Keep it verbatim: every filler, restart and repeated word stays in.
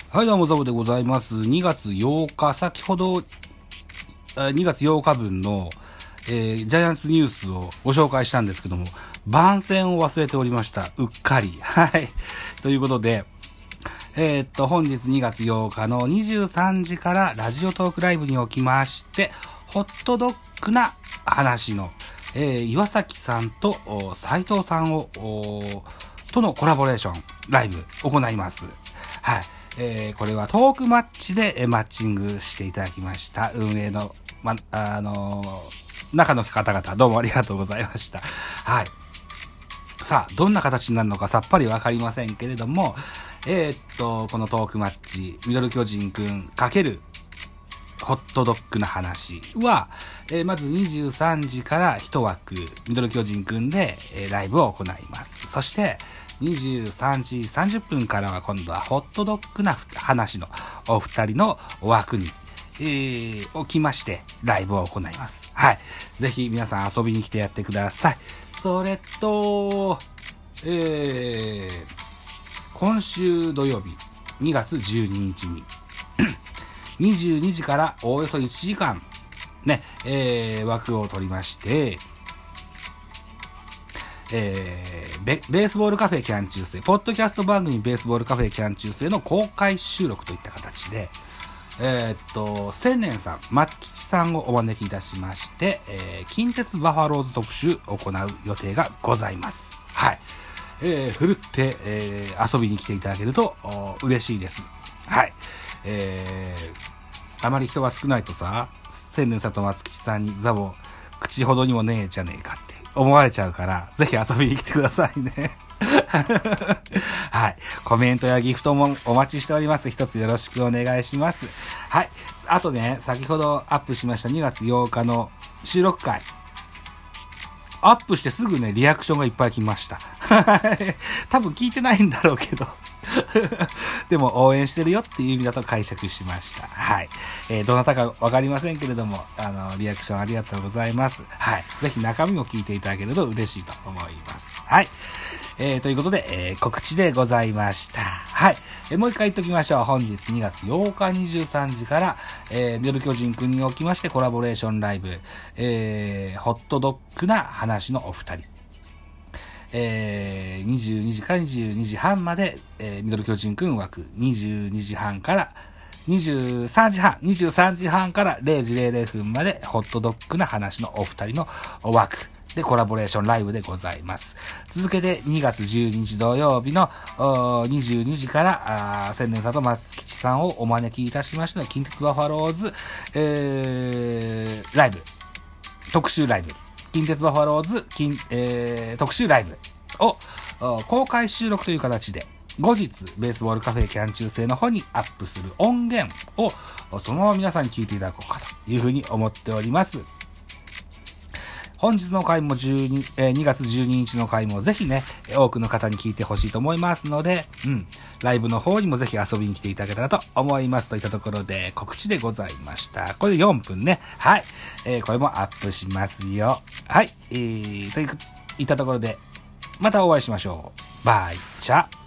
はい、どうも、ザボでございます。にがつようか、先ほど、にがつようかぶんの、えー、ジャイアンツニュースをご紹介したんですけども、番宣を忘れておりました。うっかり。はい。ということで、えー、っと、本日にがつようかのにじゅうさんじからラジオトークライブにおきまして、ホットドッグな話の、えー、岩崎さんと斉藤さんを、とのコラボレーションライブ行います。はい。えー、これはトークマッチで、えー、マッチングしていただきました。運営の、ま、あのー、中の方々、どうもありがとうございました。はい。さあ、どんな形になるのかさっぱりわかりませんけれども、えー、っと、このトークマッチ、ミドル巨人くん×ホットドッグな話は、えー、まずにじゅうさんじから一枠、ミドル巨人くんで、えー、ライブを行います。そして、にじゅうさんじさんじゅっぷんからは今度はホットドッグな話のお二人の枠に、えー、おきましてライブを行います。はい。ぜひ皆さん遊びに来てやってください。それと、えー、今週土曜日にがつじゅうににちににじゅうにじからおおよそいちじかんね、えー、枠を取りまして、えー、ベ, ベースボールカフェキャン中世、ポッドキャスト番組ベースボールカフェキャン中世の公開収録といった形で、えー、っと、千年さん、松吉さんをお招きいたしまして、えー、近鉄バファローズ特集を行う予定がございます。はい。えー、ふるって、えー、遊びに来ていただけると嬉しいです。はい。えー、あまり人が少ないとさ、千年さんと松吉さんにザボ、口ほどにもねえじゃねえかって思われちゃうから、ぜひ遊びに来てくださいね。はい。コメントやギフトもお待ちしております。一つよろしくお願いします。はい。あとね、先ほどアップしましたにがつようかの収録会。アップしてすぐね、リアクションがいっぱい来ました。多分聞いてないんだろうけど。でも応援してるよっていう意味だと解釈しました。はい。えー、どなたかわかりませんけれども、あの、リアクションありがとうございます。はい。ぜひ中身も聞いていただけると嬉しいと思います。はい。えー、ということで、えー、告知でございました。はい。えー、もう一回言っときましょう。本日にがつようかにじゅうさんじから、えー、ミドル巨人くんにおきましてコラボレーションライブ、えー、ホットドッグな話のお二人。えー、にじゅうにじからにじゅうにじはんまで、えー、ミドル巨人くん枠、にじゅうにじはんからにじゅうさんじはん、にじゅうさんじはんかられいじれいれいふんまでホットドッグな話のお二人の枠でコラボレーションライブでございます。続けてにがつじゅうににち土曜日のにじゅうにじから千年里松吉さんをお招きいたしましての近鉄バファローズ、えー、ライブ、特集ライブ。近鉄バファローズ、近えー、特集ライブを公開収録という形で後日ベースボールカフェキャン中世の方にアップする音源をそのまま皆さんに聞いていただこうかというふうに思っております。本日の回もじゅうに、えー、にがつじゅうににちの回もぜひね、多くの方に聞いてほしいと思いますので、うん、ライブの方にもぜひ遊びに来ていただけたらと思いますといったところで告知でございました。これでよんぷんね。はい。えー、これもアップしますよ。はい。えー、といったところで、またお会いしましょう。バイチャ。